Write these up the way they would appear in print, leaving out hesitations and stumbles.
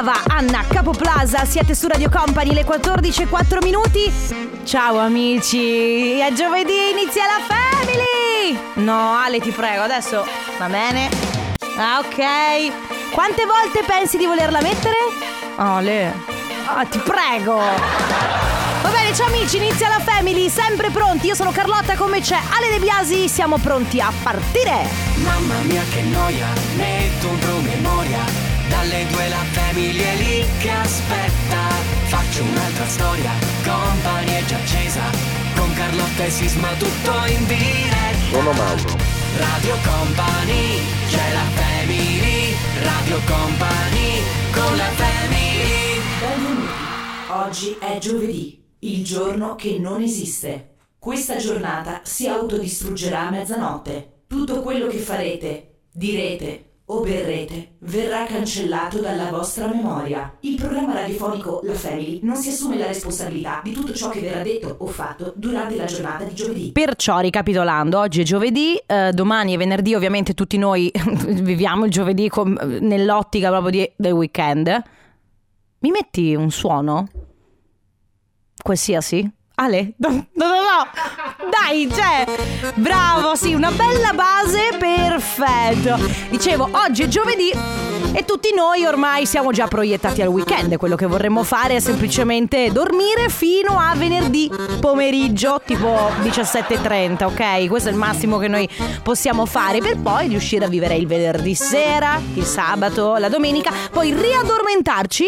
brava Anna Capoplaza. Siete su Radio Company, le 14:04. Ciao amici, è giovedì, inizia la Family. No Ale, ti prego, adesso va bene. Ah, ok. Quante volte pensi di volerla mettere? Ale, ti prego. Va bene, ciao amici, inizia la Family, sempre pronti. Io sono Carlotta, come c'è Ale De Biasi, siamo pronti a partire. Mamma mia che noia, metto un promemoria. Dalle 2 la Family è lì che aspetta. Faccio un'altra storia, Company è già accesa. Con Carlotta e Sisma tutto in diretta. Sono Mauro. Radio Company, c'è la Family. Radio Company, con la Family. Benvenuti, oggi è giovedì, il giorno che non esiste. Questa giornata si autodistruggerà a mezzanotte. Tutto quello che farete, direte o berrete verrà cancellato dalla vostra memoria. Il programma radiofonico La Family non si assume la responsabilità di tutto ciò che verrà detto o fatto durante la giornata di giovedì. Perciò, ricapitolando, oggi è giovedì, domani è venerdì, ovviamente tutti noi viviamo il giovedì nell'ottica proprio del weekend. Mi metti un suono? Qualsiasi? Ale? No. Dai, c'è. Bravo, sì, una bella base, perfetto. Dicevo, oggi è giovedì e tutti noi ormai siamo già proiettati al weekend. Quello che vorremmo fare è semplicemente dormire fino a venerdì pomeriggio, tipo 17:30, ok? Questo è il massimo che noi possiamo fare, per poi riuscire a vivere il venerdì sera, il sabato, la domenica, poi riaddormentarci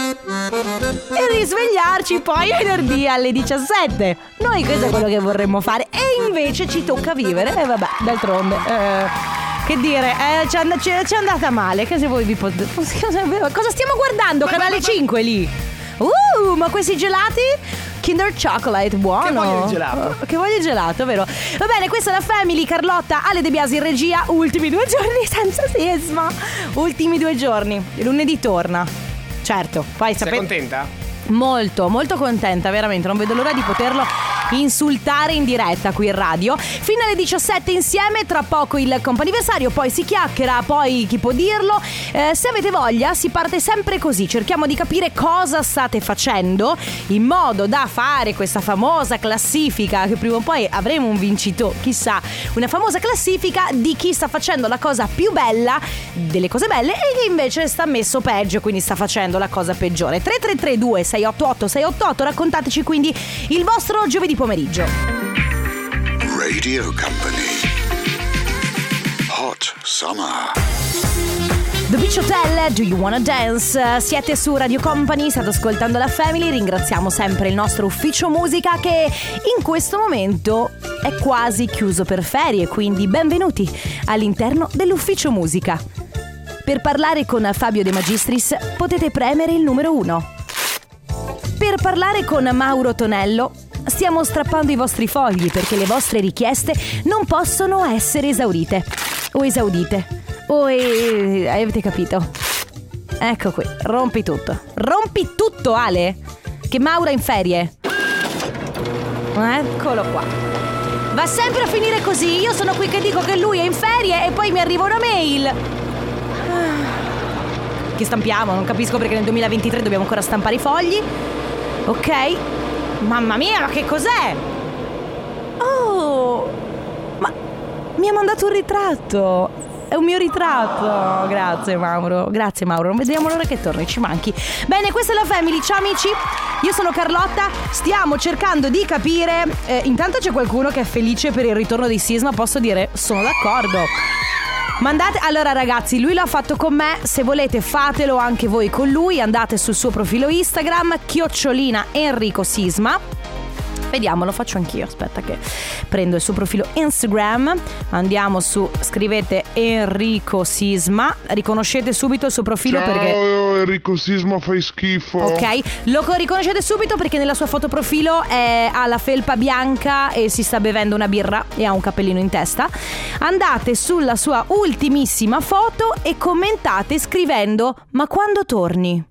e risvegliarci poi venerdì alle 17. Noi questo è quello che vorremmo fare e invece ci tocca vivere. E vabbè, d'altronde che dire, ci è andata male. Che se voi vi cosa stiamo guardando? Canale 5 lì. Ma questi gelati Kinder Chocolate, buono. Che voglio il gelato. Che voglio il gelato, vero? Va bene, questa è la Family, Carlotta, Ale De Biasi in regia. Ultimi 2 giorni senza Sisma. Ultimi 2 giorni. Lunedì torna. Certo, poi sei contenta? Molto, molto contenta, veramente. Non vedo l'ora di poterlo insultare in diretta qui in radio. Fino alle 17 insieme, tra poco il comp'anniversario, poi si chiacchiera, poi chi può dirlo. Se avete voglia si parte sempre così, cerchiamo di capire cosa state facendo in modo da fare questa famosa classifica, che prima o poi avremo un vincitore, chissà, una famosa classifica di chi sta facendo la cosa più bella delle cose belle e chi invece sta messo peggio, quindi sta facendo la cosa peggiore. 3332 688 688, raccontateci quindi il vostro giovedì pomeriggio. Radio Company. Hot Summer. The Beach Hotel, Do You Wanna Dance? Siete su Radio Company, state ascoltando la Family. Ringraziamo sempre il nostro ufficio musica che in questo momento è quasi chiuso per ferie, quindi benvenuti all'interno dell'ufficio musica. Per parlare con Fabio De Magistris potete premere il numero 1. Per parlare con Mauro Tonello stiamo strappando i vostri fogli perché le vostre richieste non possono essere esaurite o esaudite o avete capito? Ecco qui, rompi tutto Ale, che Mauro è in ferie. Eccolo qua. Va sempre a finire così, io sono qui che dico che lui è in ferie e poi mi arriva una mail che stampiamo, non capisco perché nel 2023 dobbiamo ancora stampare i fogli. Ok, mamma mia, ma che cos'è? Oh, ma mi ha mandato un ritratto. È un mio ritratto. Grazie Mauro, non vediamo l'ora che torni, ci manchi. Bene, questa è la Family, ciao amici. Io sono Carlotta, stiamo cercando di capire. Intanto c'è qualcuno che è felice per il ritorno di Sisma, posso dire, sono d'accordo. Mandate, allora ragazzi, lui l'ha fatto con me, se volete fatelo anche voi con lui, andate sul suo profilo Instagram, @EnricoSisma. Vediamo, lo faccio anch'io, aspetta che prendo il suo profilo Instagram, andiamo su, scrivete Enrico Sisma, riconoscete subito il suo profilo. Ciao, perché Enrico Sisma, fai schifo. Ok, lo riconoscete subito perché nella sua foto profilo ha la felpa bianca e si sta bevendo una birra e ha un cappellino in testa. Andate sulla sua ultimissima foto e commentate scrivendo: ma quando torni?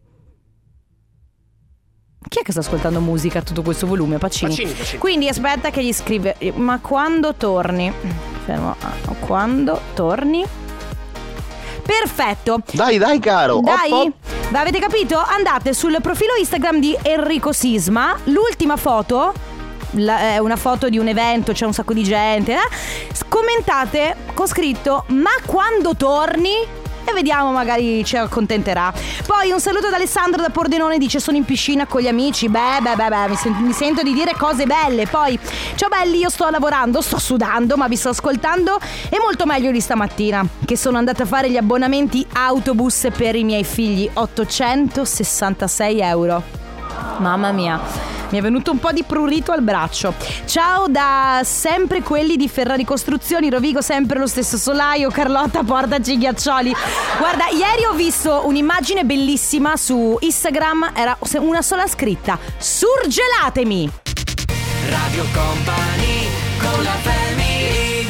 Chi è che sta ascoltando musica a tutto questo volume? Pacini. Quindi aspetta che gli scrive: ma quando torni? Fermo. Quando torni? Perfetto. Dai caro. Dai. Avete capito? Andate sul profilo Instagram di Enrico Sisma. L'ultima foto è una foto di un evento, c'è un sacco di gente, commentate con scritto "ma quando torni?" e vediamo, magari ci accontenterà. Poi un saluto da Alessandro da Pordenone, dice "sono in piscina con gli amici". Mi sento di dire cose belle. Poi "ciao belli, io sto lavorando, sto sudando, ma vi sto ascoltando e molto meglio di stamattina, che sono andata a fare gli abbonamenti autobus per i miei figli, 866 euro. Mamma mia, mi è venuto un po' di prurito al braccio. Ciao da sempre quelli di Ferrari Costruzioni, Rovigo, sempre lo stesso solaio, Carlotta portaci i ghiaccioli". Guarda, ieri ho visto un'immagine bellissima su Instagram, era una sola scritta: "surgelatemi". Radio Company con la family.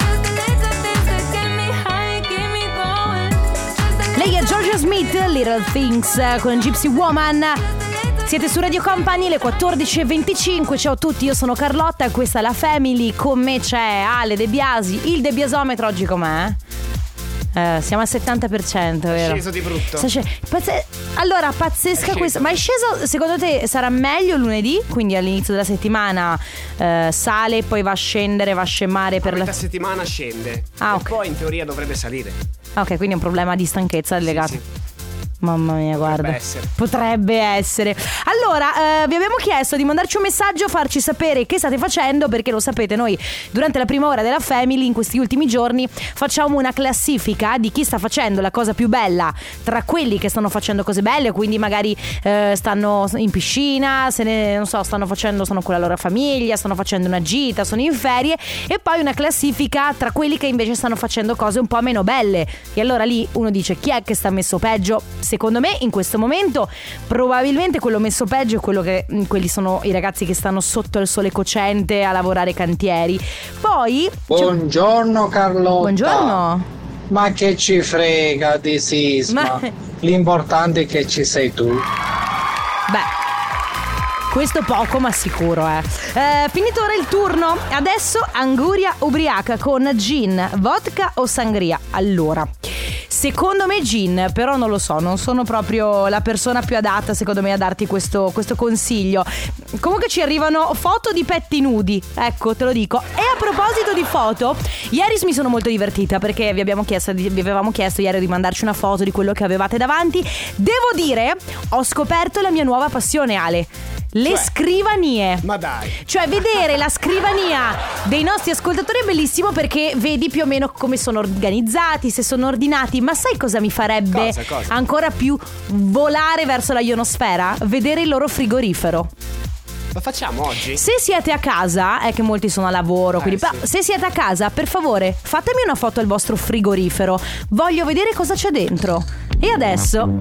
Lei è Georgia Smith, Little Things con Gypsy Woman. Siete su Radio Company, le 14.25. Ciao a tutti, io sono Carlotta e questa è la Family. Con me c'è Ale De Biasi. Il De Biasometro oggi com'è? Siamo al 70%, vero? È sceso di brutto. Allora, pazzesca questa. Ma è sceso, secondo te sarà meglio lunedì? Quindi all'inizio della settimana sale, poi va a scendere, va a scemare per la settimana scende. Ah, e poi in teoria dovrebbe salire. Ok, quindi è un problema di stanchezza legato. Sì. Mamma mia, guarda. Potrebbe essere. Allora, vi abbiamo chiesto di mandarci un messaggio, farci sapere che state facendo, perché lo sapete, noi durante la prima ora della Family in questi ultimi giorni facciamo una classifica di chi sta facendo la cosa più bella tra quelli che stanno facendo cose belle, quindi magari stanno in piscina, stanno con la loro famiglia, stanno facendo una gita, sono in ferie, e poi una classifica tra quelli che invece stanno facendo cose un po' meno belle. E allora lì uno dice: chi è che sta messo peggio? Secondo me in questo momento probabilmente quello messo peggio è quelli sono i ragazzi che stanno sotto il sole cocente a lavorare cantieri. Poi buongiorno Carlotta. Buongiorno. Ma che ci frega di Sisma? L'importante è che ci sei tu. Beh, questo poco ma sicuro, finito ora il turno. Adesso Anguria ubriaca con gin, vodka o sangria. Allora, secondo me gin, però non lo so, non sono proprio la persona più adatta secondo me a darti questo consiglio. Comunque ci arrivano foto di petti nudi, ecco, te lo dico. E a proposito di foto, ieri mi sono molto divertita perché vi avevamo chiesto ieri di mandarci una foto di quello che avevate davanti. Devo dire, ho scoperto la mia nuova passione, Ale. Le scrivanie. Ma dai. Cioè vedere la scrivania dei nostri ascoltatori è bellissimo, perché vedi più o meno come sono organizzati, se sono ordinati. Ma sai cosa mi farebbe Cosa? ancora più volare verso la ionosfera? Vedere il loro frigorifero. Lo facciamo oggi? Se siete a casa, è che molti sono a lavoro, quindi sì. Se siete a casa, per favore, fatemi una foto al vostro frigorifero. Voglio vedere cosa c'è dentro. E adesso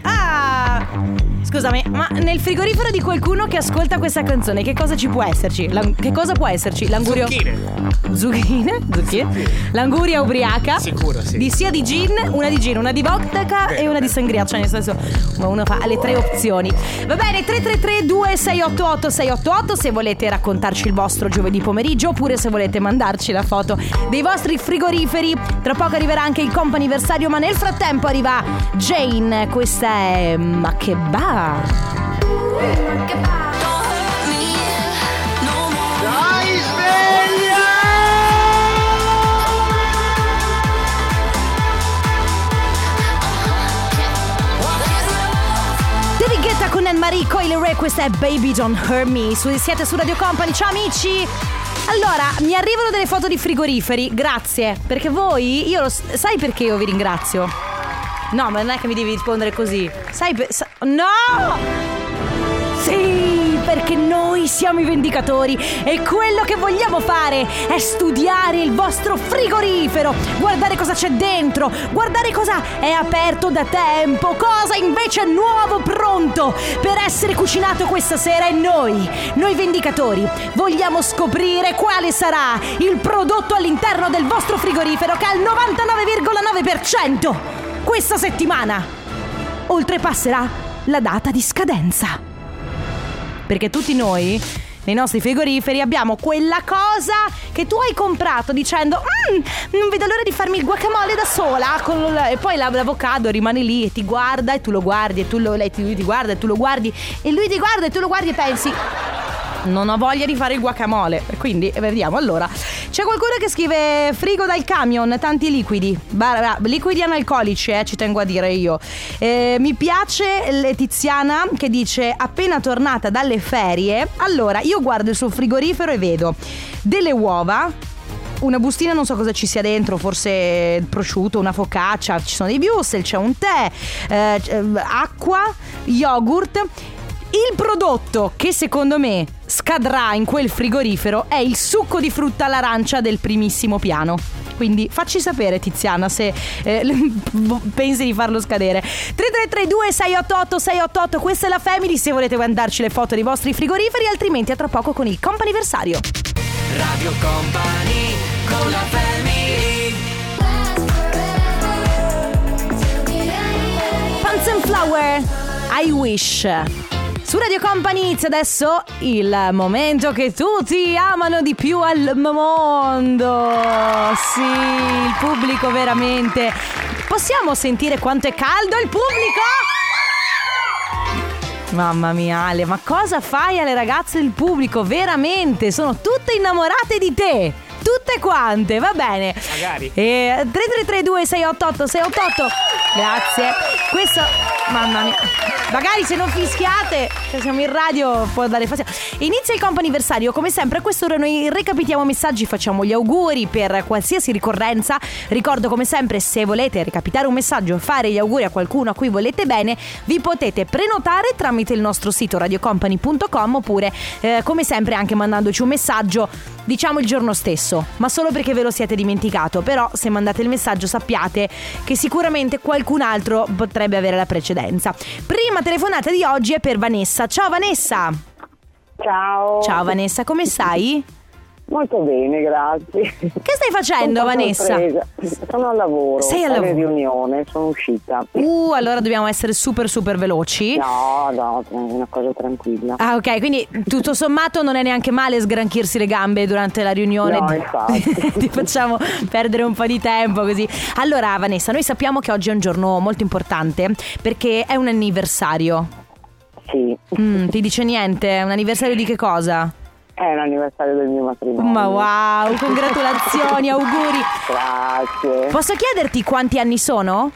scusami, ma nel frigorifero di qualcuno che ascolta questa canzone, che cosa ci può esserci? Che cosa può esserci? L'angurio. Zucchine? L'anguria ubriaca. Sicuro, sì. Sia di gin, una di vodka e una di sangria. Cioè nel senso, uno fa le tre opzioni. Va bene, 333-2688-688 se volete raccontarci il vostro giovedì pomeriggio, oppure se volete mandarci la foto dei vostri frigoriferi. Tra poco arriverà anche il comp'anniversario, ma nel frattempo arriva Jane. Questa è Ma che bar. Dai, sveglia! David Guetta con Anne-Marie Coyle, questa è Baby Don't Hurt Me. Siete su Radio Company, ciao amici. Allora, mi arrivano delle foto di frigoriferi, grazie, perché voi, sai perché io vi ringrazio? No, ma non è che mi devi rispondere così. No! Sì, perché noi siamo i vendicatori e quello che vogliamo fare è studiare il vostro frigorifero, guardare cosa c'è dentro, guardare cosa è aperto da tempo, cosa invece è nuovo, pronto per essere cucinato questa sera. E noi vendicatori vogliamo scoprire quale sarà il prodotto all'interno del vostro frigorifero che al 99,9% questa settimana oltrepasserà la data di scadenza. Perché tutti noi nei nostri frigoriferi abbiamo quella cosa che tu hai comprato dicendo non vedo l'ora di farmi il guacamole da sola e poi l'avocado rimane lì e ti guarda e tu lo guardi e lui ti guarda e tu lo guardi e lui ti guarda e tu lo guardi e pensi non ho voglia di fare il guacamole. Quindi vediamo. Allora, c'è qualcuno che scrive frigo dal camion, tanti liquidi, liquidi analcolici, ci tengo a dire io. Mi piace Letiziana che dice appena tornata dalle ferie. Allora, io guardo il suo frigorifero e vedo delle uova, una bustina, non so cosa ci sia dentro, forse prosciutto, una focaccia, ci sono dei wurstel, c'è un tè, acqua, yogurt. Il prodotto che secondo me scadrà in quel frigorifero è il succo di frutta all'arancia del primissimo piano. Quindi facci sapere, Tiziana, se pensi di farlo scadere. 3332 688 688, questa è la Family. Se volete mandarci le foto dei vostri frigoriferi, altrimenti a tra poco con il comp'anniversario. Radio Company con la Family. Pants and Flower, I Wish. Su Radio Company inizia adesso il momento che tutti amano di più al mondo. Sì, il pubblico veramente. Possiamo sentire quanto è caldo il pubblico? Mamma mia, Ale, ma cosa fai alle ragazze del pubblico? Veramente, sono tutte innamorate di te. Tutte quante, va bene. Magari. 3332 688 688. Grazie. Questo, mamma mia. Magari se non fischiate, se siamo in radio può dare fastidio. Inizia il comp'anniversario, come sempre a quest'ora noi recapitiamo messaggi, facciamo gli auguri per qualsiasi ricorrenza. Ricordo come sempre, se volete recapitare un messaggio, fare gli auguri a qualcuno a cui volete bene, vi potete prenotare tramite il nostro sito radiocompany.com oppure come sempre anche mandandoci un messaggio, diciamo il giorno stesso, ma solo perché ve lo siete dimenticato. Però se mandate il messaggio sappiate che sicuramente qualcun altro potrebbe avere la precedenza. Prima telefonata di oggi è per Vanessa. Ciao Vanessa. Ciao. Ciao Vanessa, come stai? Molto bene, grazie. Che stai facendo, Vanessa? Sono al lavoro. Sei al lavoro? Riunione, sono uscita. Allora dobbiamo essere super veloci. No, una cosa tranquilla. Ah, ok, quindi tutto sommato non è neanche male sgranchirsi le gambe durante la riunione. No, infatti. Ti facciamo perdere un po' di tempo così. Allora Vanessa, noi sappiamo che oggi è un giorno molto importante perché è un anniversario. Sì. Ti dice niente? Un anniversario di che cosa? È l'anniversario del mio matrimonio. Ma wow, congratulazioni, auguri. Grazie. Posso chiederti quanti anni sono?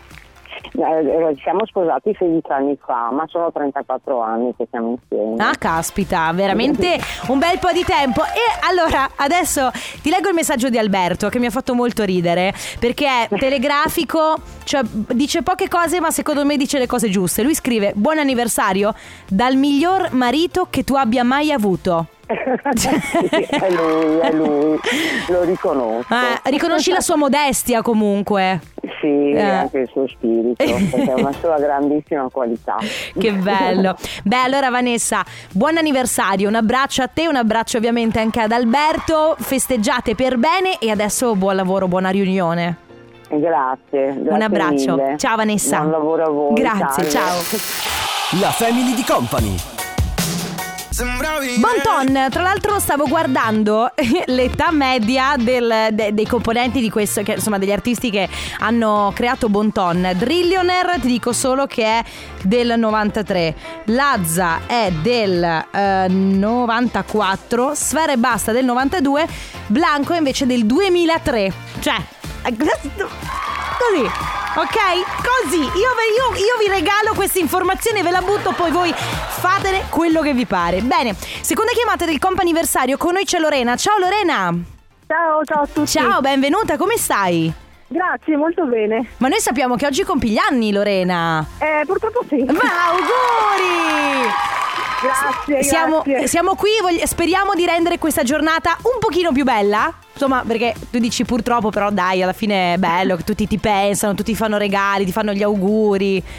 Siamo sposati 16 anni fa, ma sono 34 anni che siamo insieme. Ah, caspita, veramente un bel po' di tempo. E allora, adesso ti leggo il messaggio di Alberto che mi ha fatto molto ridere, perché è telegrafico, cioè dice poche cose ma secondo me dice le cose giuste. Lui scrive: buon anniversario dal miglior marito che tu abbia mai avuto. Sì, è lui, lo riconosco. Riconosci la sua modestia comunque. Sì, anche il suo spirito, perché è una sua grandissima qualità. Che bello. Beh, allora Vanessa, buon anniversario, un abbraccio a te, un abbraccio ovviamente anche ad Alberto, festeggiate per bene e adesso buon lavoro, buona riunione. Grazie un abbraccio mille. Ciao Vanessa. Buon lavoro a voi. Grazie, ciao. La Family di Company. Bon ton, tra l'altro stavo guardando l'età media dei componenti di questo, che, insomma degli artisti che hanno creato Bon ton. Drillionaire ti dico solo che è del 93, Lazza è del 94, Sfera Ebbasta del 92, Blanco invece del 2003. Cioè così, ok? Così io vi regalo questa informazione, ve la butto, poi voi fatene quello che vi pare. Bene, seconda chiamata del comp'anniversario, con noi c'è Lorena. Ciao Lorena. Ciao a tutti. Ciao, benvenuta, come stai? Grazie, molto bene. Ma noi sappiamo che oggi compi gli anni, Lorena. Purtroppo sì. Ma auguri! Grazie. Siamo qui, speriamo di rendere questa giornata un pochino più bella. Insomma, perché tu dici purtroppo, però dai, alla fine è bello che tutti ti pensano, tutti ti fanno regali, ti fanno gli auguri.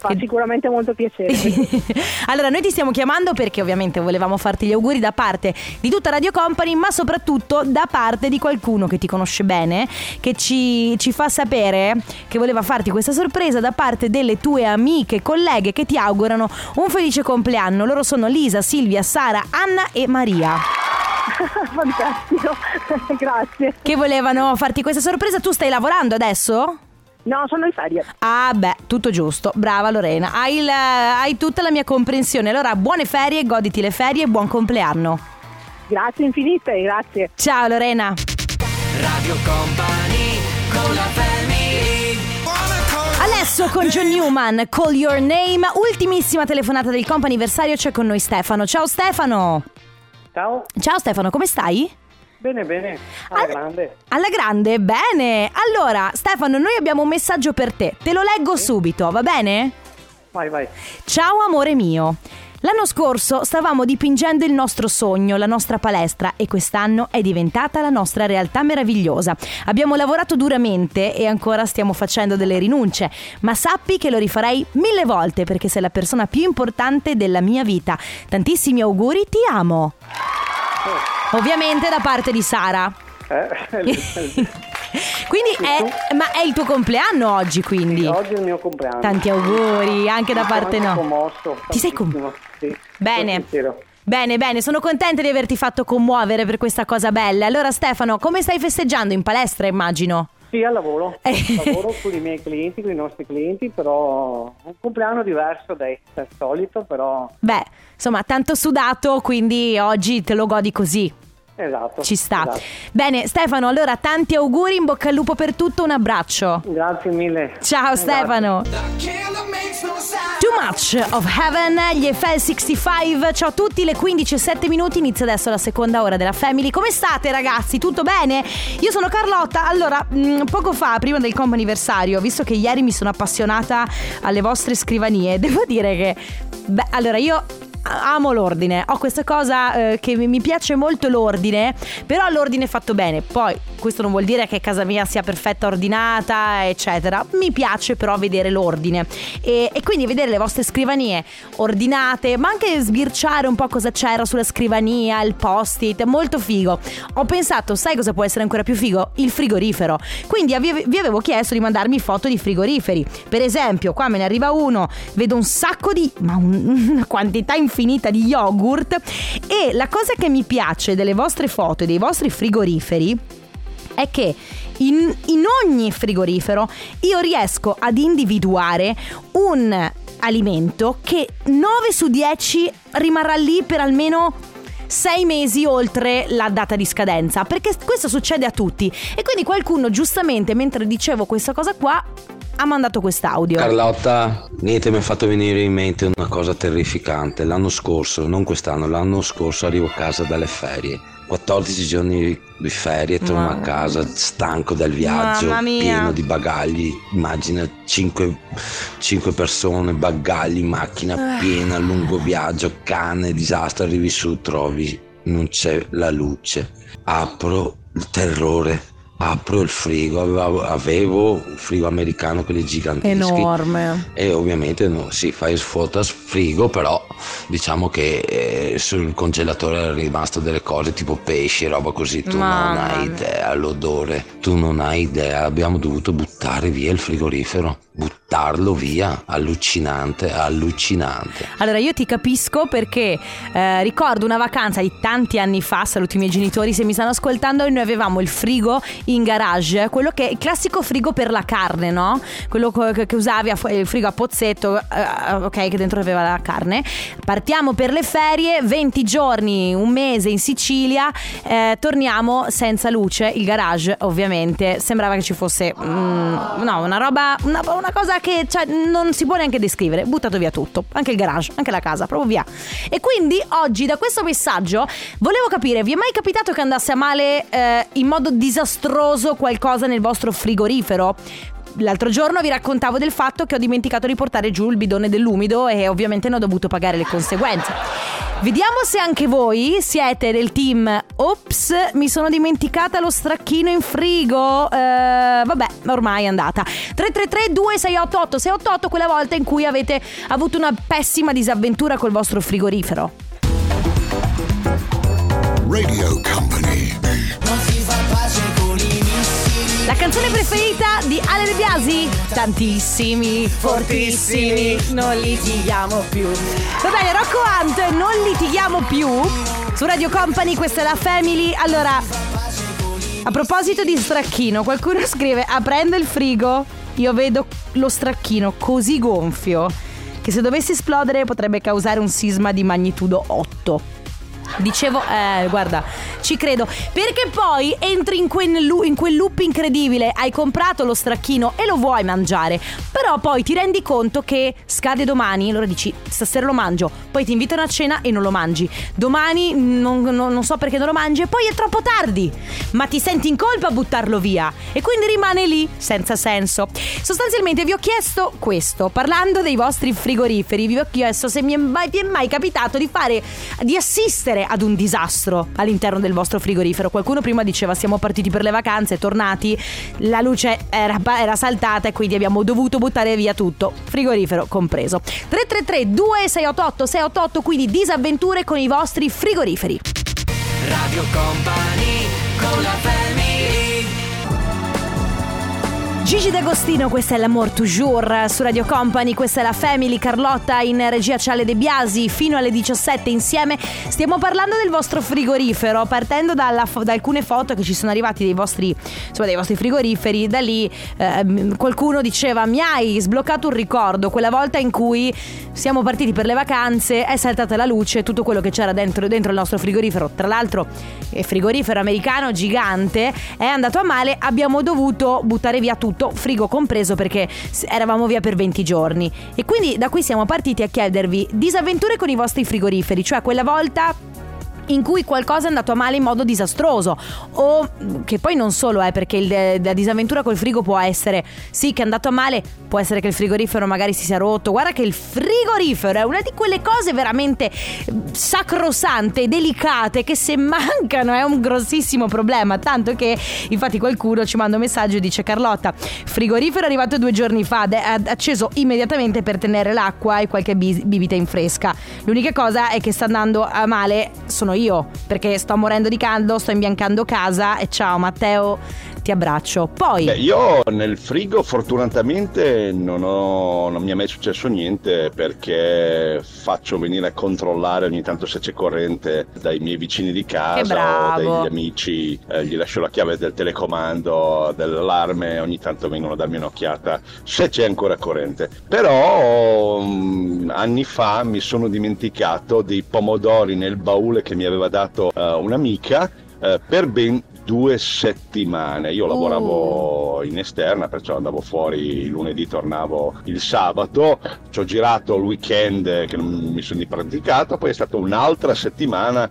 Fa sicuramente molto piacere. Allora, noi ti stiamo chiamando perché ovviamente volevamo farti gli auguri da parte di tutta Radio Company, ma soprattutto da parte di qualcuno che ti conosce bene, che ci fa sapere che voleva farti questa sorpresa da parte delle tue amiche, colleghe che ti augurano un felice compleanno. Loro sono Lisa, Silvia, Sara, Anna e Maria. Fantastico, grazie. Che volevano farti questa sorpresa. Tu stai lavorando adesso? No, sono in ferie. Ah beh, tutto giusto, brava Lorena, hai tutta la mia comprensione. Allora, buone ferie, goditi le ferie e buon compleanno. Grazie infinite, grazie. Ciao Lorena. Radio Company con la family. Adesso con John Newman, Call Your Name. Ultimissima telefonata del comp'anniversario, c'è con noi Stefano. Ciao Stefano. Ciao. Ciao Stefano, come stai? Bene, alla grande. Alla grande, bene. Allora, Stefano, noi abbiamo un messaggio per te. Te lo leggo subito, va bene? Vai. Ciao amore mio. L'anno scorso stavamo dipingendo il nostro sogno, la nostra palestra, e quest'anno è diventata la nostra realtà meravigliosa. Abbiamo lavorato duramente e ancora stiamo facendo delle rinunce, ma sappi che lo rifarei 1000 volte perché sei la persona più importante della mia vita. Tantissimi auguri, ti amo. Ovviamente da parte di Sara. Quindi ma è il tuo compleanno oggi, quindi? Sì, oggi è il mio compleanno. Tanti auguri anche da parte no. Commosso. Ti sei commosso? Sì. Bene. Bene, sono contenta di averti fatto commuovere per questa cosa bella. Allora Stefano, come stai festeggiando? In palestra, immagino? Sì, al lavoro. Lavoro con i miei clienti, con i nostri clienti, però un compleanno diverso dal solito, però... Beh, insomma, tanto sudato, quindi oggi te lo godi così. Esatto. Ci sta. Esatto. Bene, Stefano, allora tanti auguri, in bocca al lupo per tutto, un abbraccio. Grazie mille. Ciao Stefano. Too Much of Heaven, gli Eiffel 65. Ciao a tutti, le 15:07, inizia adesso la seconda ora della Family. Come state ragazzi? Tutto bene? Io sono Carlotta. Allora, poco fa, prima del comp'anniversario, visto che ieri mi sono appassionata alle vostre scrivanie, devo dire che allora io amo l'ordine, ho questa cosa che mi piace molto l'ordine, però l'ordine fatto bene. Poi questo non vuol dire che casa mia sia perfetta, ordinata, eccetera. Mi piace però vedere l'ordine e quindi vedere le vostre scrivanie ordinate, ma anche sbirciare un po' cosa c'era sulla scrivania, il post-it, molto figo. Ho pensato, sai cosa può essere ancora più figo? Il frigorifero. Quindi vi avevo chiesto di mandarmi foto di frigoriferi. Per esempio, qua me ne arriva uno, vedo un sacco una quantità infinita di yogurt. E la cosa che mi piace delle vostre foto e dei vostri frigoriferi è che in ogni frigorifero io riesco ad individuare un alimento che 9 su 10 rimarrà lì per almeno 6 mesi oltre la data di scadenza, perché questo succede a tutti. E quindi qualcuno giustamente, mentre dicevo questa cosa qua, ha mandato quest'audio. Carlotta, niente, mi ha fatto venire in mente una cosa terrificante. L'anno scorso, non quest'anno, l'anno scorso arrivo a casa dalle ferie, 14 giorni di ferie, torno a casa stanco del viaggio, pieno di bagagli. Immagina 5 persone, bagagli, macchina piena, lungo viaggio, cane, disastro. Arrivi su, trovi non c'è la luce. Apro il terrore. Apro il frigo, avevo un frigo americano, quelli giganteschi, enorme, e ovviamente fai foto a frigo, però diciamo che sul congelatore era rimasto delle cose tipo pesci, roba così. Tu non hai idea, l'odore, tu non hai idea. Abbiamo dovuto buttare via il frigorifero, buttarlo via. Allucinante. Allora io ti capisco, perché ricordo una vacanza di tanti anni fa, saluto i miei genitori se mi stanno ascoltando, e noi avevamo il frigo in garage, quello che è il classico frigo per la carne, no? Quello che usavi, il frigo a pozzetto, ok, che dentro aveva la carne. Partiamo per le ferie, 20 giorni, un mese in Sicilia, torniamo senza luce. Il garage ovviamente sembrava che ci fosse una roba, una cosa che non si può neanche descrivere. Buttato via tutto, anche il garage, anche la casa, proprio via. E quindi oggi, da questo messaggio, volevo capire, vi è mai capitato che andasse a male in modo disastroso qualcosa nel vostro frigorifero? L'altro giorno vi raccontavo del fatto che ho dimenticato di portare giù il bidone dell'umido e ovviamente ne ho dovuto pagare le conseguenze. Vediamo se anche voi siete del team ops, mi sono dimenticata lo stracchino in frigo. Vabbè, ormai è andata. 333-2688-688, quella volta in cui avete avuto una pessima disavventura col vostro frigorifero. Radio Company. La canzone preferita di Ale De Biasi? Tantissimi, fortissimi, non litighiamo più. Va bene, Rocco Hunt, non litighiamo più. Su Radio Company, questa è la Family. Allora, a proposito di stracchino, qualcuno scrive: aprendo il frigo io vedo lo stracchino così gonfio che se dovesse esplodere potrebbe causare un sisma di magnitudo 8. Dicevo, guarda, ci credo. Perché poi entri in quel loop incredibile. Hai comprato lo stracchino e lo vuoi mangiare, però poi ti rendi conto che scade domani. Allora dici, stasera lo mangio. Poi ti invitano a cena e non lo mangi. Domani non so perché non lo mangi. E poi è troppo tardi, ma ti senti in colpa a buttarlo via, e quindi rimane lì senza senso. Sostanzialmente vi ho chiesto questo, parlando dei vostri frigoriferi. Vi ho chiesto se vi è mai capitato di assistere ad un disastro all'interno del vostro frigorifero. Qualcuno prima diceva: siamo partiti per le vacanze, tornati, la luce era saltata e quindi abbiamo dovuto buttare via tutto, frigorifero compreso. 333-2688-688, quindi disavventure con i vostri frigoriferi. Radio Company con la Family. Gigi D'Agostino, questa è l'Amour Toujours su Radio Company, questa è la Family. Carlotta in regia, c'è De Biasi fino alle 17 insieme. Stiamo parlando del vostro frigorifero, partendo da alcune foto che ci sono arrivati dei vostri frigoriferi. Da lì qualcuno diceva: mi hai sbloccato un ricordo, quella volta in cui siamo partiti per le vacanze, è saltata la luce, tutto quello che c'era dentro il nostro frigorifero, tra l'altro frigorifero americano gigante, è andato a male, abbiamo dovuto buttare via tutto, frigo compreso, perché eravamo via per 20 giorni. E quindi da qui siamo partiti a chiedervi disavventure con i vostri frigoriferi, cioè quella volta in cui qualcosa è andato a male in modo disastroso, o che poi non solo perché la disavventura col frigo può essere sì che è andato a male, può essere che il frigorifero magari si sia rotto. Guarda che il frigorifero è una di quelle cose veramente sacrosante, delicate, che se mancano è un grossissimo problema, tanto che infatti qualcuno ci manda un messaggio e dice: Carlotta, frigorifero è arrivato 2 giorni fa, acceso immediatamente per tenere l'acqua e qualche bibita in fresca. L'unica cosa è che sta andando a male sono io, perché sto morendo di caldo, sto imbiancando casa. E ciao Matteo, ti abbraccio. Poi io nel frigo fortunatamente non mi è mai successo niente, perché faccio venire a controllare ogni tanto se c'è corrente dai miei vicini di casa o degli amici, gli lascio la chiave del telecomando, dell'allarme, ogni tanto vengono a darmi un'occhiata se c'è ancora corrente. Però anni fa mi sono dimenticato dei pomodori nel baule che mi aveva dato un'amica per ben 2 settimane. Io lavoravo in esterna, perciò andavo fuori il lunedì, tornavo il sabato. Ci ho girato il weekend che non mi sono dimenticato, poi è stata un'altra settimana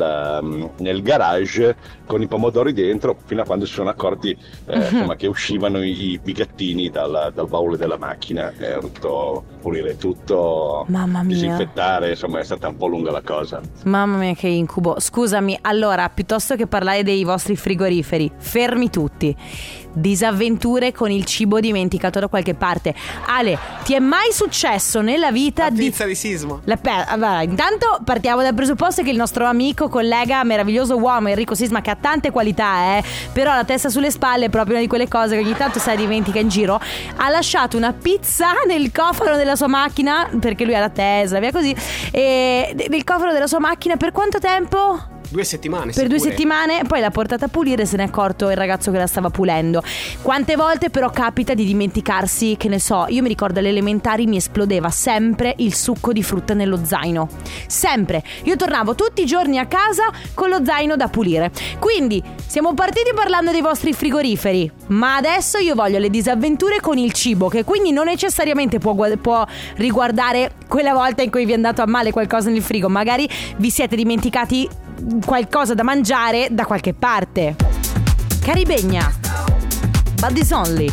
nel garage con i pomodori dentro, fino a quando si sono accorti insomma, che uscivano i bigattini dal baule della macchina. Ho dovuto pulire tutto, mamma mia, disinfettare, insomma è stata un po' lunga la cosa. Mamma mia che incubo. Scusami, allora piuttosto che parlare dei vostri frigoriferi, fermi tutti. Disavventure con il cibo dimenticato da qualche parte. Ale, ti è mai successo nella vita la pizza di sisma? Allora, intanto partiamo dal presupposto che il nostro amico, collega, meraviglioso uomo Enrico Sisma, che ha tante qualità, però la testa sulle spalle è proprio una di quelle cose che ogni tanto si dimentica in giro. Ha lasciato una pizza nel cofano della sua macchina, perché lui ha la Tesla, via così, e nel cofano della sua macchina per quanto tempo? 2 settimane. Per 2 settimane, poi l'ha portata a pulire, se ne è accorto il ragazzo che la stava pulendo. Quante volte però capita di dimenticarsi, che ne so, io mi ricordo alle elementari mi esplodeva sempre il succo di frutta nello zaino. Sempre. Io tornavo tutti i giorni a casa con lo zaino da pulire. Quindi siamo partiti parlando dei vostri frigoriferi, ma adesso io voglio le disavventure con il cibo, che quindi non necessariamente può riguardare quella volta in cui vi è andato a male qualcosa nel frigo. Magari vi siete dimenticati qualcosa da mangiare da qualche parte. Caribegna, Buddies Only.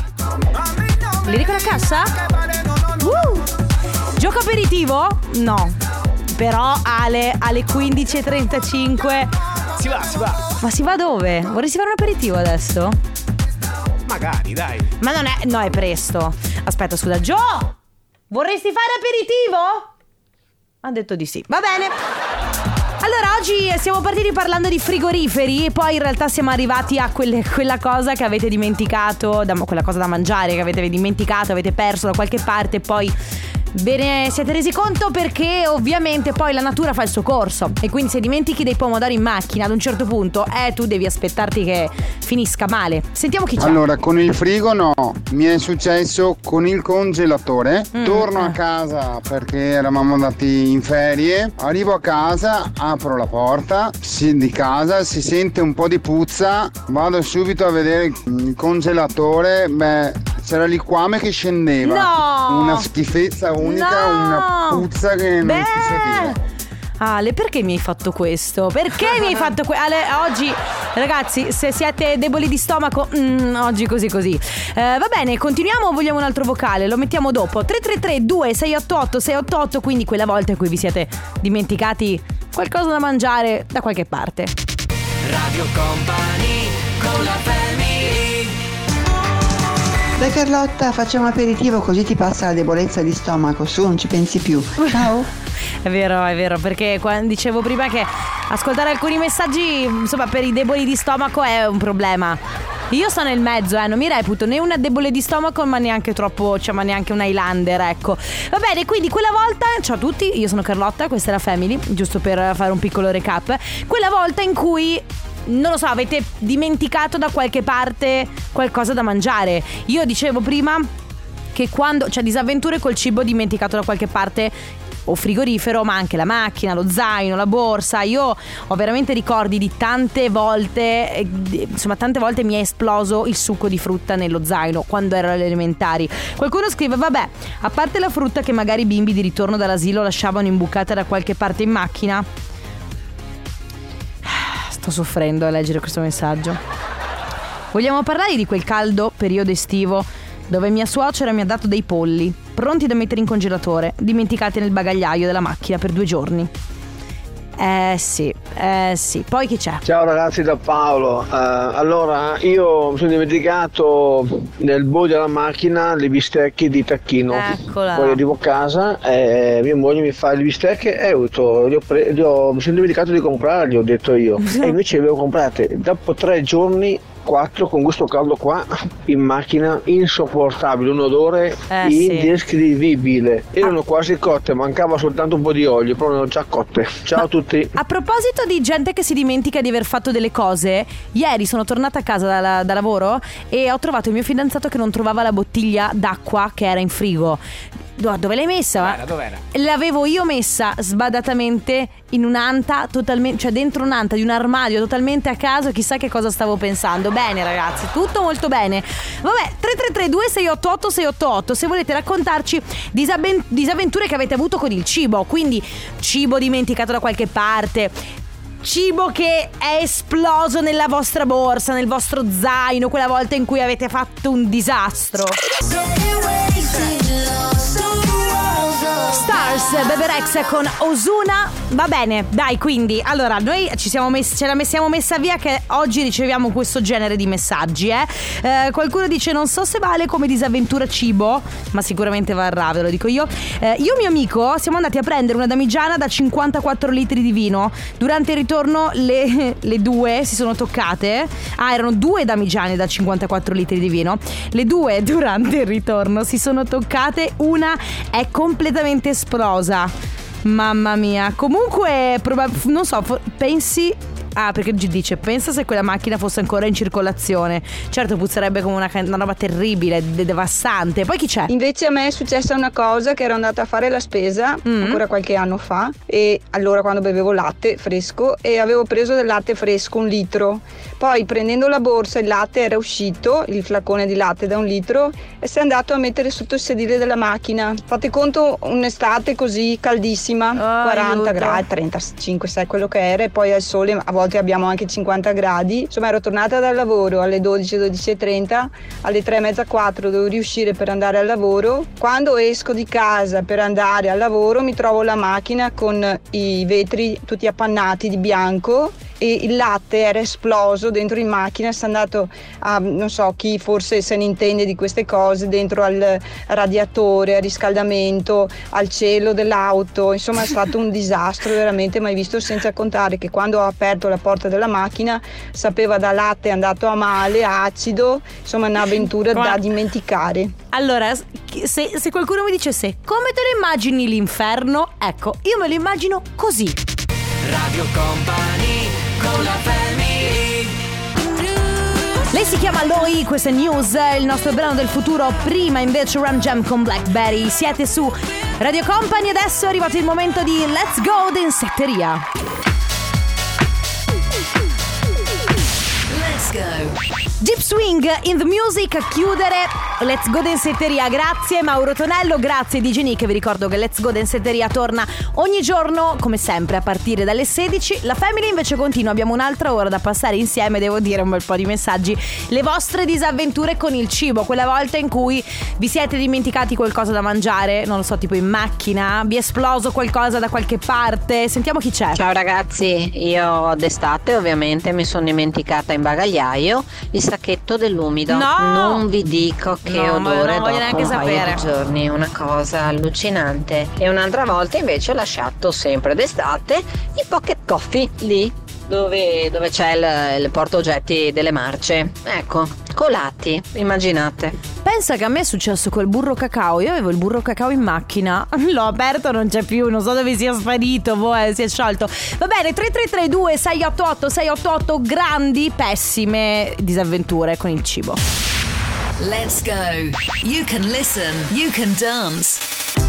Lirico la cassa? Gioco aperitivo? No. Però Ale, alle 15:35 Si va. Ma si va dove? Vorresti fare un aperitivo adesso? Magari, dai. Ma non è... No, è presto. Aspetta, scusa. Gio! Vorresti fare aperitivo? Ha detto di sì. Va bene. Allora, oggi siamo partiti parlando di frigoriferi e poi in realtà siamo arrivati a quella cosa che avete dimenticato, quella cosa da mangiare che avete dimenticato, avete perso da qualche parte e poi ve ne siete resi conto perché ovviamente poi la natura fa il suo corso e quindi se dimentichi dei pomodori in macchina ad un certo punto tu devi aspettarti che finisca male. Sentiamo chi c'è. Allora, con il frigo no, mi è successo con il congelatore. Torno a casa perché eravamo andati in ferie, arrivo a casa, apro la porta di casa, si sente un po' di puzza, vado subito a vedere il congelatore, c'era il liquame che scendeva. No! Una schifezza unica, una puzza che non si sa dire. Ale, perché mi hai fatto questo? Perché mi hai fatto questo? Ale, oggi, ragazzi, se siete deboli di stomaco, oggi così. Va bene, continuiamo o vogliamo un altro vocale? Lo mettiamo dopo. 333-2688-688, quindi quella volta in cui vi siete dimenticati qualcosa da mangiare da qualche parte. Radio Company con la family. Dai Carlotta, facciamo aperitivo così ti passa la debolezza di stomaco, su, non ci pensi più. Ciao. È vero, perché dicevo prima che ascoltare alcuni messaggi, insomma, per i deboli di stomaco è un problema. Io sto nel mezzo, non mi reputo né una debole di stomaco ma neanche troppo, ma neanche un Highlander, ecco. Va bene, quindi quella volta, ciao a tutti, io sono Carlotta, questa è la Family, giusto per fare un piccolo recap. Quella volta in cui, non lo so, avete dimenticato da qualche parte qualcosa da mangiare. Io dicevo prima che quando c'è disavventure col cibo dimenticato da qualche parte, o frigorifero, ma anche la macchina, lo zaino, la borsa. Io ho veramente ricordi di tante volte mi è esploso il succo di frutta nello zaino quando ero alle elementari. Qualcuno scrive: vabbè, a parte la frutta che magari i bimbi di ritorno dall'asilo lasciavano imbucata da qualche parte in macchina. Sto soffrendo a leggere questo messaggio. Vogliamo parlare di quel caldo periodo estivo dove mia suocera mi ha dato dei polli pronti da mettere in congelatore, dimenticati nel bagagliaio della macchina per 2 giorni. Sì. Poi chi c'è? Ciao ragazzi, da Paolo. Allora, io mi sono dimenticato nel bowl della macchina le bistecche di tacchino. Eccola. Poi arrivo a casa e mia moglie mi fa le bistecche e mi sono dimenticato di comprarle, ho detto io. E invece le avevo comprate dopo 3 giorni, 4, con questo caldo qua in macchina, insopportabile, un odore indescrivibile. Erano quasi cotte, mancava soltanto un po' di olio, però erano già cotte. Ciao a tutti. A proposito di gente che si dimentica di aver fatto delle cose, ieri sono tornata a casa da lavoro e ho trovato il mio fidanzato che non trovava la bottiglia d'acqua che era in frigo. Dove l'hai messa? Dov'era? L'avevo io messa sbadatamente in un'anta totalmente, cioè dentro un'anta di un armadio totalmente a caso, chissà che cosa stavo pensando. Bene ragazzi, tutto molto bene. Vabbè, 333-2688-688 se volete raccontarci disavventure che avete avuto con il cibo, quindi cibo dimenticato da qualche parte, cibo che è esploso nella vostra borsa, nel vostro zaino, quella volta in cui avete fatto un disastro. Stars, Bebe Rexha con Ozuna. Va bene, dai, quindi allora noi ce la siamo messa via che oggi riceviamo questo genere di messaggi, qualcuno dice: non so se vale come disavventura cibo, ma sicuramente varrà, ve lo dico io. Io e mio amico siamo andati a prendere una damigiana da 54 litri di vino. Durante il ritorno le due si sono toccate. Erano 2 damigiane da 54 litri di vino. Le 2 durante il ritorno si sono toccate, una è completamente esplosa. Mamma mia. Comunque non so, pensi perché dice: pensa se quella macchina fosse ancora in circolazione. Certo, puzzerebbe come una roba terribile, devastante. Poi chi c'è? Invece a me è successa una cosa, che ero andata a fare la spesa ancora qualche anno fa, e allora quando bevevo latte fresco e avevo preso del latte fresco 1 litro. Poi prendendo la borsa il latte era uscito, il flacone di latte da 1 litro, e si è andato a mettere sotto il sedile della macchina. Fate conto un'estate così caldissima, 40 gradi, 35, sai quello che era, e poi al sole a volte volte abbiamo anche 50 gradi. Insomma, ero tornata dal lavoro alle 12:30, alle 3:30, 4 dovevo riuscire per andare al lavoro. Quando esco di casa per andare al lavoro mi trovo la macchina con i vetri tutti appannati di bianco e il latte era esploso dentro in macchina, è andato a, non so chi forse se ne intende di queste cose, dentro al radiatore, al riscaldamento, al cielo dell'auto. Insomma, è stato un disastro veramente mai visto, senza contare che quando ho aperto la porta della macchina sapeva da latte andato a male, acido, insomma un'avventura da dimenticare. Allora, se qualcuno mi dicesse come te lo immagini l'inferno, ecco, io me lo immagino così. Radio Company con la family. Lei si chiama Loi, questa è News, il nostro brano del futuro. Prima invece Ram Jam con Blackberry. Siete su Radio Company, adesso è arrivato il momento di Let's Go Densetteria. Let's go. Deep Swing in the Music a chiudere Let's Go Densetteria. Grazie Mauro Tonello, grazie DJ Nick. Vi ricordo che Let's Go Densetteria torna ogni giorno come sempre a partire dalle 16. La Family invece continua, abbiamo un'altra ora da passare insieme. Devo dire un bel po' di messaggi. Le vostre disavventure con il cibo, quella volta in cui vi siete dimenticati qualcosa da mangiare, non lo so, tipo in macchina, vi è esploso qualcosa da qualche parte. Sentiamo chi c'è. Ciao ragazzi, io d'estate ovviamente mi sono dimenticata in bagagliaio il sacchetto dell'umido. No! Non vi dico che odore non voglio dopo neanche un paio sapere. di giorni, una cosa allucinante. E un'altra volta invece ho lasciato sempre d'estate i pocket coffee lì dove c'è il portaoggetti delle marce, ecco, colati, immaginate. Pensa che a me è successo col burro cacao. Io avevo il burro cacao in macchina, l'ho aperto, non c'è più, non so dove sia sparito, si è sciolto. Va bene, 3332 688 688, grandi, pessime disavventure con il cibo. Let's go. You can listen, you can dance.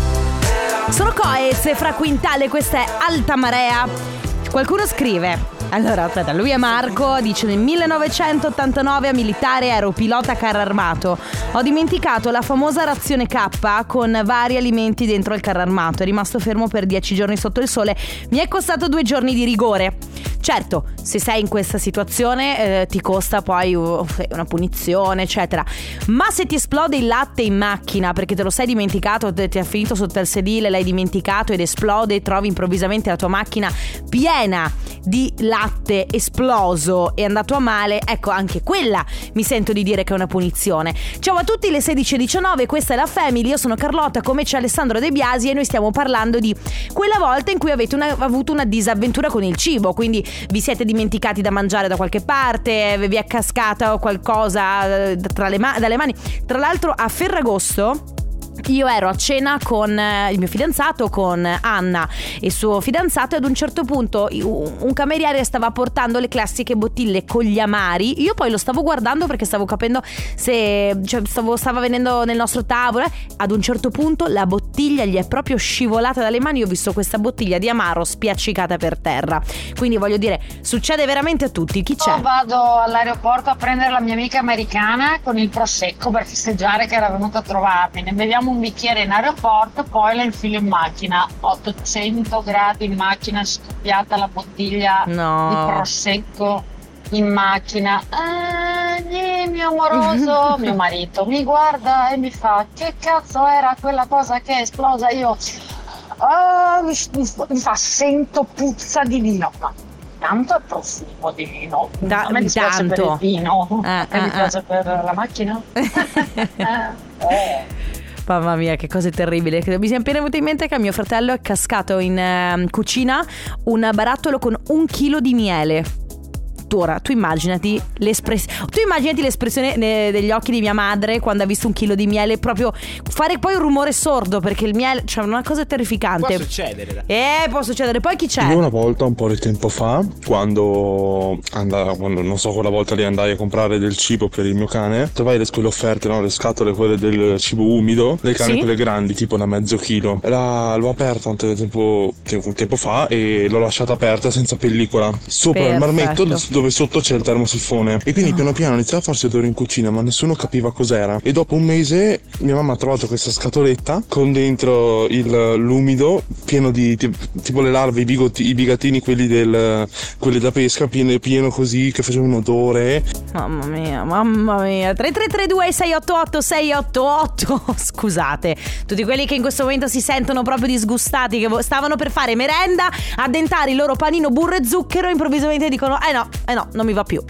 Sono Coez e Fra Quintale, questa è Alta Marea. Qualcuno scrive. Allora, aspetta, lui è Marco, dice: nel 1989 a militare ero pilota carro armato. Ho dimenticato la famosa razione K con vari alimenti dentro il carro armato. È rimasto fermo per 10 giorni sotto il sole. Mi è costato 2 giorni di rigore. Certo, se sei in questa situazione ti costa poi una punizione, eccetera. Ma se ti esplode il latte in macchina perché te lo sei dimenticato, ti è finito sotto il sedile, l'hai dimenticato ed esplode e trovi improvvisamente la tua macchina piena di latte esploso e andato a male, ecco, anche quella mi sento di dire che è una punizione. Ciao a tutti, le 16:19, questa è la Family, io sono Carlotta, come c'è Alessandro De Biasi e noi stiamo parlando di quella volta in cui avete avuto una disavventura con il cibo, quindi vi siete dimenticati da mangiare da qualche parte, vi è cascata qualcosa dalle mani. Tra l'altro a Ferragosto io ero a cena con il mio fidanzato, con Anna e il suo fidanzato, e ad un certo punto un cameriere stava portando le classiche bottiglie con gli amari. Io poi lo stavo guardando perché stavo capendo se stava venendo nel nostro tavolo. Ad un certo punto la bottiglia gli è proprio scivolata dalle mani. Io ho visto questa bottiglia di amaro spiaccicata per terra. Quindi voglio dire, succede veramente a tutti. Chi c'è? Io vado all'aeroporto a prendere la mia amica americana con il prosecco per festeggiare che era venuta a trovarmi. Ne beviamo un bicchiere in aeroporto, poi la infilo in macchina. 800 gradi in macchina, scoppiata la bottiglia di prosecco in macchina. Mio amoroso, mio marito mi guarda e mi fa: che cazzo era quella cosa che è esplosa? Io mi fa: sento puzza di vino. Ma tanto è profumo di vino. A me dispiace per il vino, mi piace per la macchina. Mamma mia, che cosa terribile. Mi si è appena venuto in mente che a mio fratello è cascato in cucina un barattolo con 1 chilo di miele. Ora, tu immaginati l'espressione degli occhi di mia madre quando ha visto 1 chilo di miele, proprio fare poi un rumore sordo, perché il miele, cioè, una cosa terrificante. Può succedere. Può succedere. Poi chi c'è? Io una volta, un po' di tempo fa, quando non so, quella volta lì andai a comprare del cibo per il mio cane, trovai quelle offerte, no? Le scatole, quelle del cibo umido del cane, quelle grandi, tipo da mezzo chilo. L'ho aperta un tempo fa e l'ho lasciata aperta senza pellicola. Sopra il marmetto dove sotto c'è il termosifone. E quindi piano piano iniziava a farsi odore in cucina, ma nessuno capiva cos'era. E dopo un mese mia mamma ha trovato questa scatoletta con dentro l'umido pieno di tipo le larve, i bigatini, quelli da pesca, pieno così, che facevano un odore. Mamma mia. 3332 688 688. Scusate, tutti quelli che in questo momento si sentono proprio disgustati, che stavano per fare merenda, addentare il loro panino burro e zucchero, improvvisamente dicono no, non mi va più.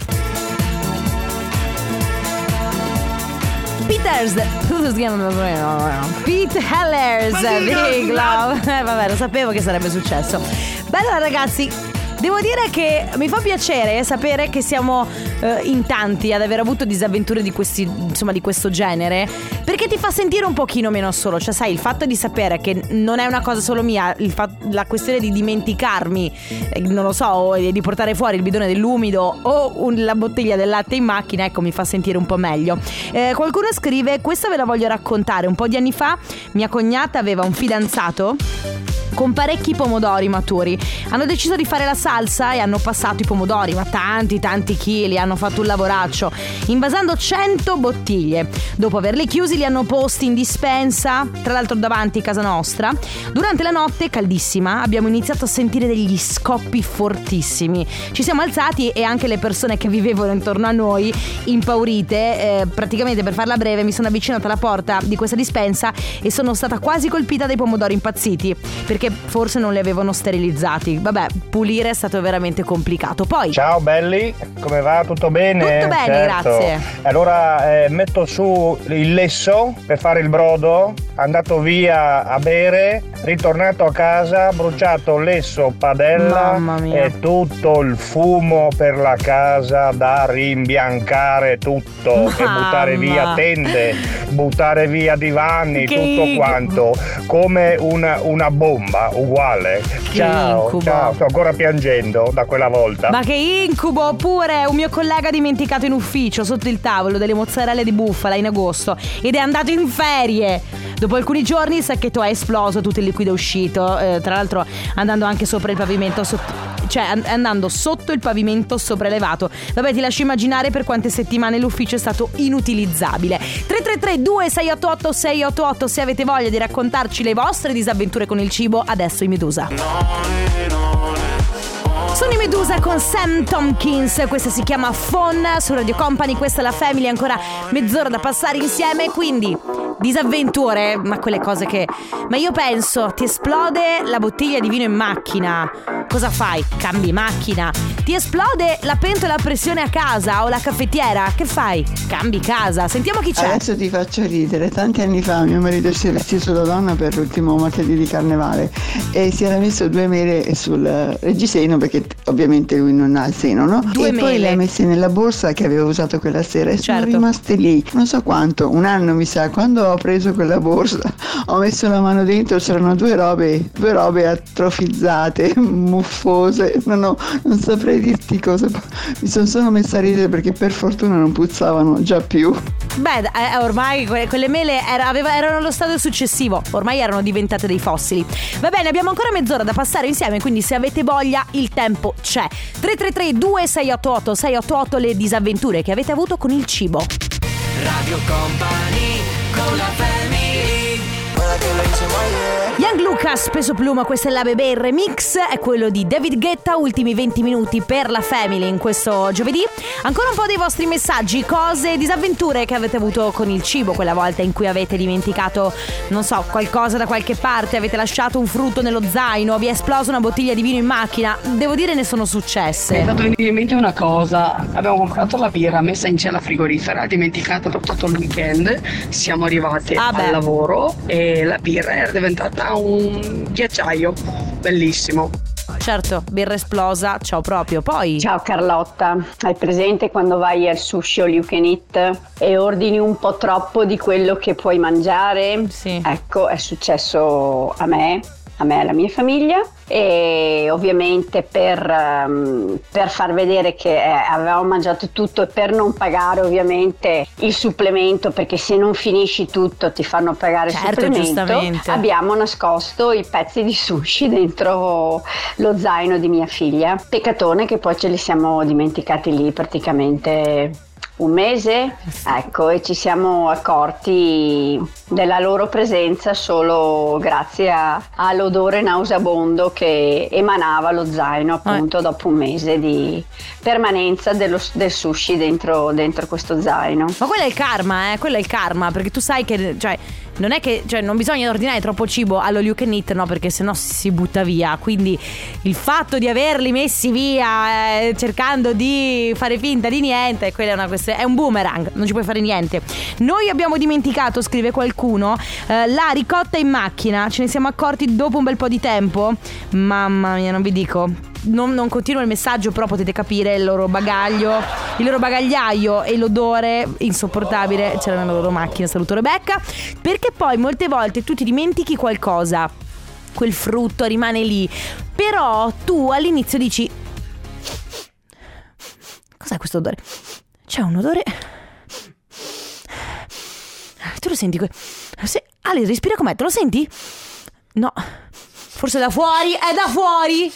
Pete Hellers, Big Love. Vabbè, lo sapevo che sarebbe successo. Bella, ragazzi, devo dire che mi fa piacere sapere che siamo in tanti ad aver avuto disavventure di questo genere, perché ti fa sentire un pochino meno solo. Cioè, sai, il fatto di sapere che non è una cosa solo mia, la questione di dimenticarmi, non lo so, o di portare fuori il bidone dell'umido o la bottiglia del latte in macchina, ecco, mi fa sentire un po' meglio. Qualcuno scrive: questa ve la voglio raccontare. Un po' di anni fa mia cognata aveva un fidanzato con parecchi pomodori maturi. Hanno deciso di fare la salsa e hanno passato i pomodori, ma tanti chili, hanno fatto un lavoraccio, invasando 100 bottiglie. Dopo averli chiusi li hanno posti in dispensa, tra l'altro davanti a casa nostra. Durante la notte, caldissima, abbiamo iniziato a sentire degli scoppi fortissimi. Ci siamo alzati e anche le persone che vivevano intorno a noi, impaurite, praticamente, per farla breve, mi sono avvicinata alla porta di questa dispensa e sono stata quasi colpita dai pomodori impazziti, perché forse non li avevano sterilizzati. Vabbè, pulire è stato veramente complicato. Poi, ciao belli, come va? Tutto bene? Tutto bene, certo. Grazie. Allora metto su il lesso per fare il brodo, andato via a bere, ritornato a casa, bruciato lesso, padella e tutto il fumo per la casa da rimbiancare tutto e buttare via tende, buttare via divani, tutto quanto, come una bomba uguale. Ciao, sto ancora piangendo da quella volta. Ma che incubo! Oppure un mio collega ha dimenticato in ufficio sotto il tavolo delle mozzarelle di bufala in agosto ed è andato in ferie. Dopo alcuni giorni il sacchetto è esploso, tutto il liquido è uscito, tra l'altro andando anche sopra il pavimento, andando sotto il pavimento sopraelevato. Vabbè, ti lascio immaginare per quante settimane l'ufficio è stato inutilizzabile. 333 688 688 se avete voglia di raccontarci le vostre disavventure con il cibo. Adesso i Medusa. Sono i Medusa con Sam Tompkins, questa si chiama Phone su Radio Company, questa è la Family, ancora mezz'ora da passare insieme, quindi disavventure, ma quelle cose che... Ma io penso, ti esplode la bottiglia di vino in macchina, cosa fai? Cambi macchina. Ti esplode la pentola a pressione a casa o la caffettiera, che fai? Cambi casa. Sentiamo chi c'è. Adesso ti faccio ridere. Tanti anni fa mio marito si è vestito da donna per l'ultimo martedì di carnevale e si era messo 2 mele sul reggiseno, perché ovviamente lui non ha il seno, no? 2 mele. Poi le ha messe nella borsa che aveva usato quella sera e sono rimaste lì non so quanto, un anno mi sa. Quando ho preso quella borsa, ho messo la mano dentro, c'erano due robe atrofizzate, muffose, non saprei dirti cosa. Mi sono solo messa a ridere perché per fortuna non puzzavano già più. Beh, ormai quelle mele erano allo stadio successivo, ormai erano diventate dei fossili. Va bene, abbiamo ancora mezz'ora da passare insieme, quindi se avete voglia il tempo c'è. 333 2688 688 le disavventure che avete avuto con il cibo. Radio Company con la Family. Young Lucas, Peso Pluma, questa è la Bebè. Il remix è quello di David Guetta. Ultimi 20 minuti per la Family in questo giovedì. Ancora un po' dei vostri messaggi, cose, disavventure che avete avuto con il cibo, quella volta in cui avete dimenticato, non so, qualcosa da qualche parte, avete lasciato un frutto nello zaino, vi è esplosa una bottiglia di vino in macchina. Devo dire, ne sono successe. Mi è fatto venire in mente una cosa: abbiamo comprato la birra messa in cella frigorifera, dimenticata per tutto il weekend. Siamo arrivate al lavoro e la birra era diventata un ghiacciaio bellissimo. Certo, birra esplosa, ciao proprio. Poi ciao Carlotta, hai presente quando vai al sushi all you can eat e ordini un po' troppo di quello che puoi mangiare? Sì. Ecco, è successo a me a me e alla mia famiglia, e ovviamente per far vedere che avevamo mangiato tutto e per non pagare ovviamente il supplemento, perché se non finisci tutto ti fanno pagare il supplemento, abbiamo nascosto i pezzi di sushi dentro lo zaino di mia figlia. Peccatone che poi ce li siamo dimenticati lì praticamente un mese, ecco, e ci siamo accorti della loro presenza solo grazie all'odore nauseabondo che emanava lo zaino, appunto, dopo un mese di permanenza del sushi dentro questo zaino. Ma quello è il karma, quello è il karma, perché tu sai che, cioè, non è che, cioè, non bisogna ordinare troppo cibo allo you can eat, no, perché sennò si butta via. Quindi il fatto di averli messi via cercando di fare finta di niente, quella è una questione, è un boomerang, non ci puoi fare niente. Noi abbiamo dimenticato, scrive qualcuno, la ricotta in macchina, ce ne siamo accorti dopo un bel po' di tempo. Mamma mia, non vi dico. Non continuo il messaggio, però potete capire il loro bagagliaio e l'odore insopportabile c'era nella loro macchina. Saluto Rebecca. Perché poi molte volte tu ti dimentichi qualcosa, quel frutto rimane lì, però tu all'inizio dici: cos'è questo odore? C'è un odore, tu lo senti? Ale, respira com'è, te lo senti? No, forse è da fuori, è da fuori.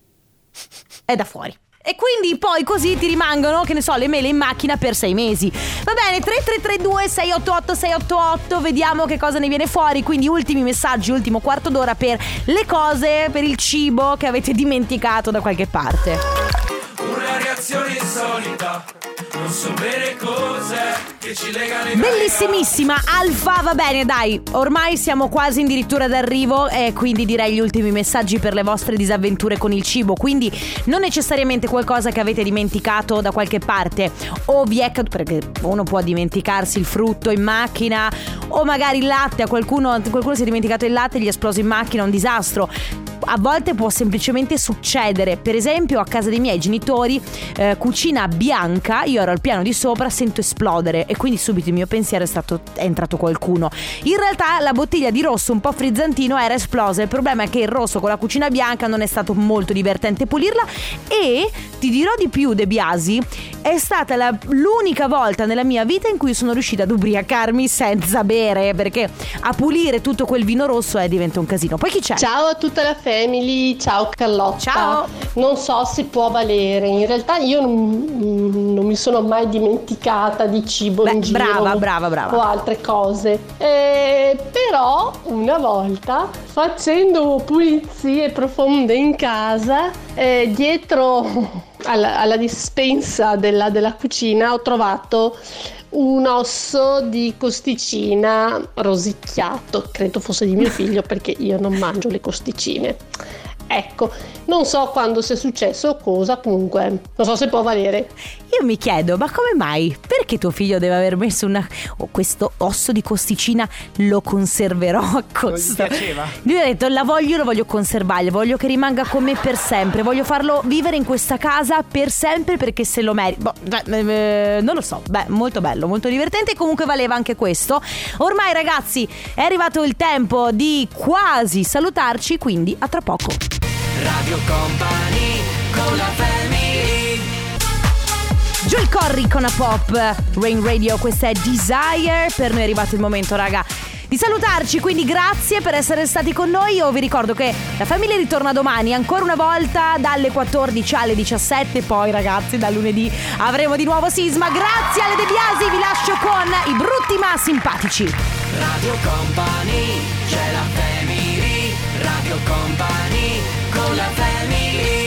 E quindi poi così ti rimangono, che ne so, le mele in macchina per 6 mesi. Va bene, 3332 688 688, vediamo che cosa ne viene fuori. Quindi ultimi messaggi, ultimo quarto d'ora per le cose, per il cibo che avete dimenticato da qualche parte. Una reazione insolita, non so bene cos'è che ci lega le bellissimissima Alfa, va bene, dai, ormai siamo quasi addirittura d'arrivo, e quindi direi gli ultimi messaggi per le vostre disavventure con il cibo. Quindi non necessariamente qualcosa che avete dimenticato da qualche parte, o vi è, perché uno può dimenticarsi il frutto in macchina, o magari il latte, a qualcuno si è dimenticato il latte, gli è esploso in macchina, un disastro. A volte può semplicemente succedere. Per esempio a casa dei miei genitori, cucina bianca, io ero al piano di sopra, sento esplodere e quindi subito il mio pensiero è entrato qualcuno. In realtà la bottiglia di rosso un po' frizzantino era esplosa. Il problema è che il rosso con la cucina bianca non è stato molto divertente pulirla, e ti dirò di più, De Biasi, è stata l'unica volta nella mia vita in cui sono riuscita ad ubriacarmi senza bere, perché a pulire tutto quel vino rosso diventa un casino. Poi chi c'è? Ciao a tutta la family, ciao Carlotta. Ciao. Non so se può valere, in realtà io non mi sono mai dimenticata di cibo in giro. Brava. O altre cose, però una volta facendo pulizie profonde in casa, dietro alla dispensa della cucina ho trovato un osso di costicina rosicchiato, credo fosse di mio figlio perché io non mangio le costicine. Ecco, non so quando sia successo o cosa, comunque non so se può valere. Io mi chiedo, ma come mai? Perché tuo figlio deve aver messo questo osso di costicina? Lo conserverò a costo. Non gli piaceva? Lui ha detto: lo voglio conservare, voglio che rimanga con me per sempre, voglio farlo vivere in questa casa per sempre perché se lo merita. Non lo so, molto bello, molto divertente, comunque valeva anche questo. Ormai ragazzi è arrivato il tempo di quasi salutarci, quindi a tra poco. Radio Company con la family. Joel Corry con a pop, Rain Radio, questa è Desire. Per noi è arrivato il momento, raga, di salutarci, quindi grazie per essere stati con noi. Io vi ricordo che la famiglia ritorna domani ancora una volta dalle 14 alle 17. Poi ragazzi dal lunedì avremo di nuovo Sisma. Grazie alle De Biasi, vi lascio con i brutti ma simpatici. Radio Company, c'è la family. Radio Company con la family.